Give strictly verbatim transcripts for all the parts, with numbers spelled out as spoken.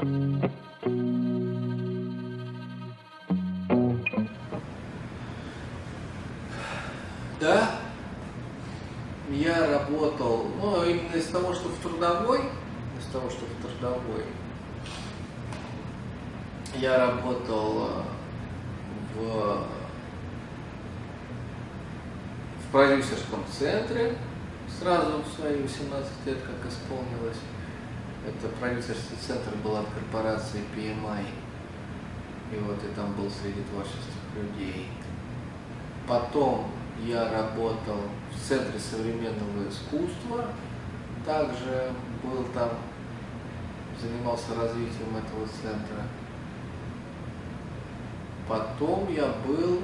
Да, я работал, ну, именно из того, что в трудовой, из того, что в трудовой, я работал в, в продюсерском центре сразу в свои восемнадцать лет, как исполнилось. Это продюсерский центр был от корпорации пи эм ай. И вот и там был среди творческих людей. Потом я работал в Центре современного искусства, также был там, занимался развитием этого центра. Потом я был,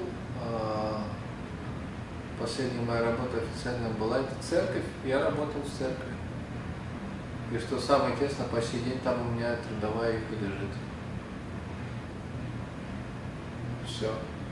последняя моя работа официальная была, это церковь, я работал в церкви. И что самое интересное, по сей день там у меня трудовая их и лежит. Все.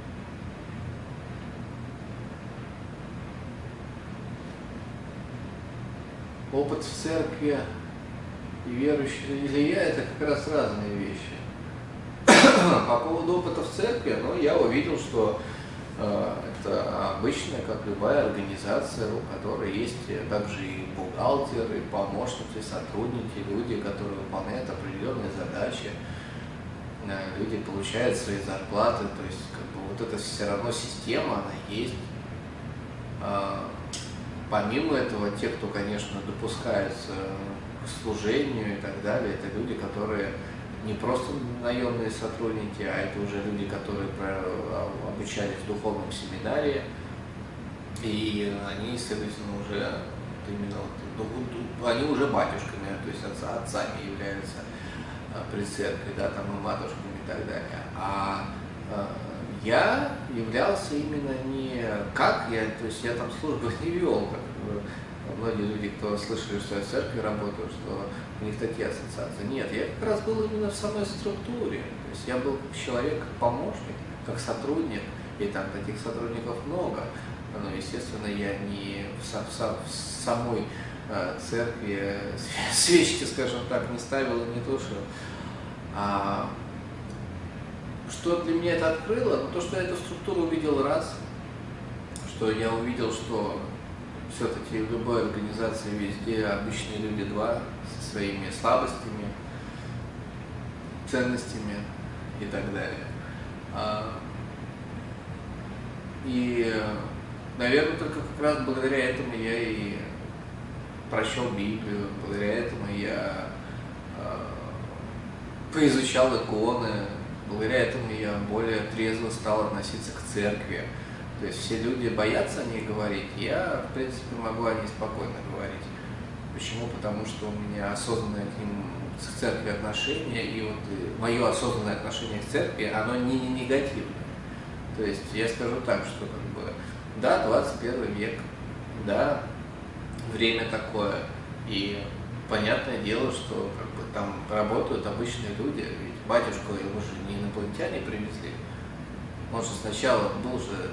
Опыт в церкви и верующий или я — это как раз разные вещи. По поводу опыта в церкви, ну, я увидел, что э, это обычная, как любая организация, у которой есть также и бухгалтеры, и помощники, сотрудники, люди, которые выполняют определенные задачи, э, люди получают свои зарплаты, то есть как бы вот эта все равно система, она есть. Э, помимо этого, те, кто, конечно, допускается к служению и так далее, это люди, которые не просто наемные сотрудники, а это уже люди, которые обучались в духовном семинаре, и они, следовательно, уже именно ну, они уже батюшками, то есть отца, отцами являются при церкви, да, там и матушками и так далее. А я являлся именно не как я, то есть я там службы не вел, как многие люди, кто слышали, что я в церкви работаю, что у них такие ассоциации. Нет, я как раз был именно в самой структуре. То есть я был человек, как помощник, как сотрудник, и там таких сотрудников много. Но, естественно, я не в, в, в самой э, церкви свечки, скажем так, не ставил и не тушил. А, что для меня это открыло? Ну, то, что я эту структуру увидел раз, что я увидел, что все-таки в любой организации везде обычные люди два со своими слабостями, ценностями и так далее. И, наверное, только как раз благодаря этому я и прочел Библию, благодаря этому я поизучал иконы, благодаря этому я более трезво стал относиться к церкви. То есть все люди боятся о ней говорить, я, в принципе, могу о ней спокойно говорить. Почему? Потому что у меня осознанное к ним, к церкви отношение, и вот мое осознанное отношение к церкви, оно не негативное. То есть я скажу так, что как бы, да, двадцать первый век, да, время такое, и понятное дело, что как бы, там работают обычные люди, ведь батюшку его же не инопланетяне привезли. Он же сначала был же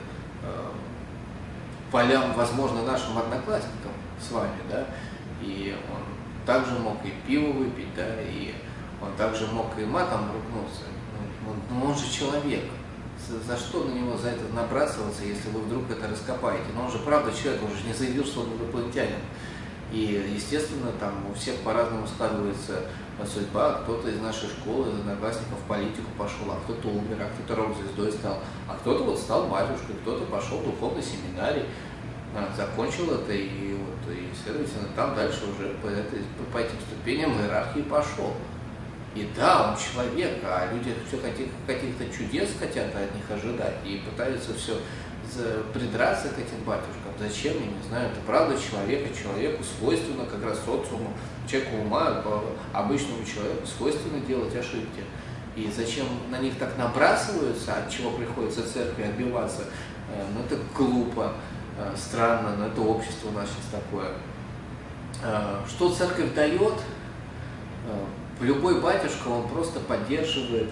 полям, возможно, нашим одноклассникам с вами, да, и он также мог и пиво выпить, да, и он также мог и матом ругнуться, но он, он же человек, за, за что на него за это набрасываться, если вы вдруг это раскопаете, но он же правда человек, он же не заявил, что он инопланетянин, и, естественно, там у всех по-разному складывается судьба, кто-то из нашей школы, из одноклассников в политику пошел, а кто-то умер, а кто-то рок-звездой стал, а кто-то вот стал батюшкой, кто-то пошел в духовный семинарий, закончил это, и, вот, и следовательно, там дальше уже по, этой, по этим ступеням в иерархии пошел. И да, он человек, а люди все каких- каких-то чудес хотят от них ожидать, и пытаются все придраться к этим батюшкам. Зачем, я не знаю, это правда человека, человеку свойственно, как раз социуму, человеку ума, обычному человеку свойственно делать ошибки. И зачем на них так набрасываются, от чего приходится церкви отбиваться, ну это глупо, странно, но это общество у нас сейчас такое. Что церковь дает? Любой батюшка, он просто поддерживает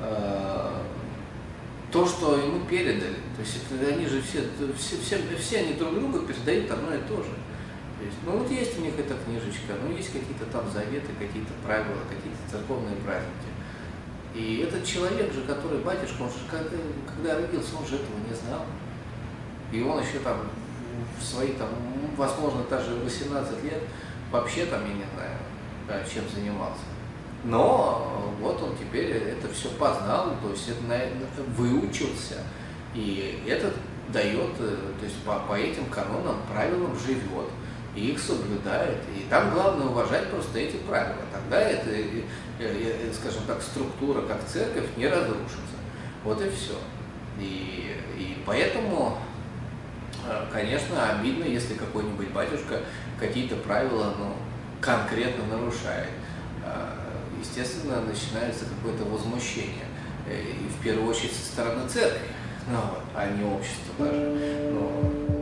то, что ему передали. То есть это, они же все, все, все, все они друг другу передают одно и то же. То есть, ну вот есть у них эта книжечка, ну есть какие-то там заветы, какие-то правила, какие-то церковные праздники. И этот человек же, который батюшка, он же когда, когда родился, он же этого не знал. И он еще там в свои там, возможно, даже восемнадцать лет вообще там, я не знаю, да, чем занимался. Но вот он теперь это все познал, то есть это, наверное, выучился. И это дает, то есть по, по этим канонам, правилам живет, и их соблюдает. И там главное уважать просто эти правила. Тогда это, скажем так, структура, как церковь, не разрушится. Вот и все. И, и поэтому, конечно, обидно, если какой-нибудь батюшка какие-то правила, ну, конкретно нарушает. Естественно, начинается какое-то возмущение. И в первую очередь со стороны церкви, ну, вот, а не общества даже. Ну,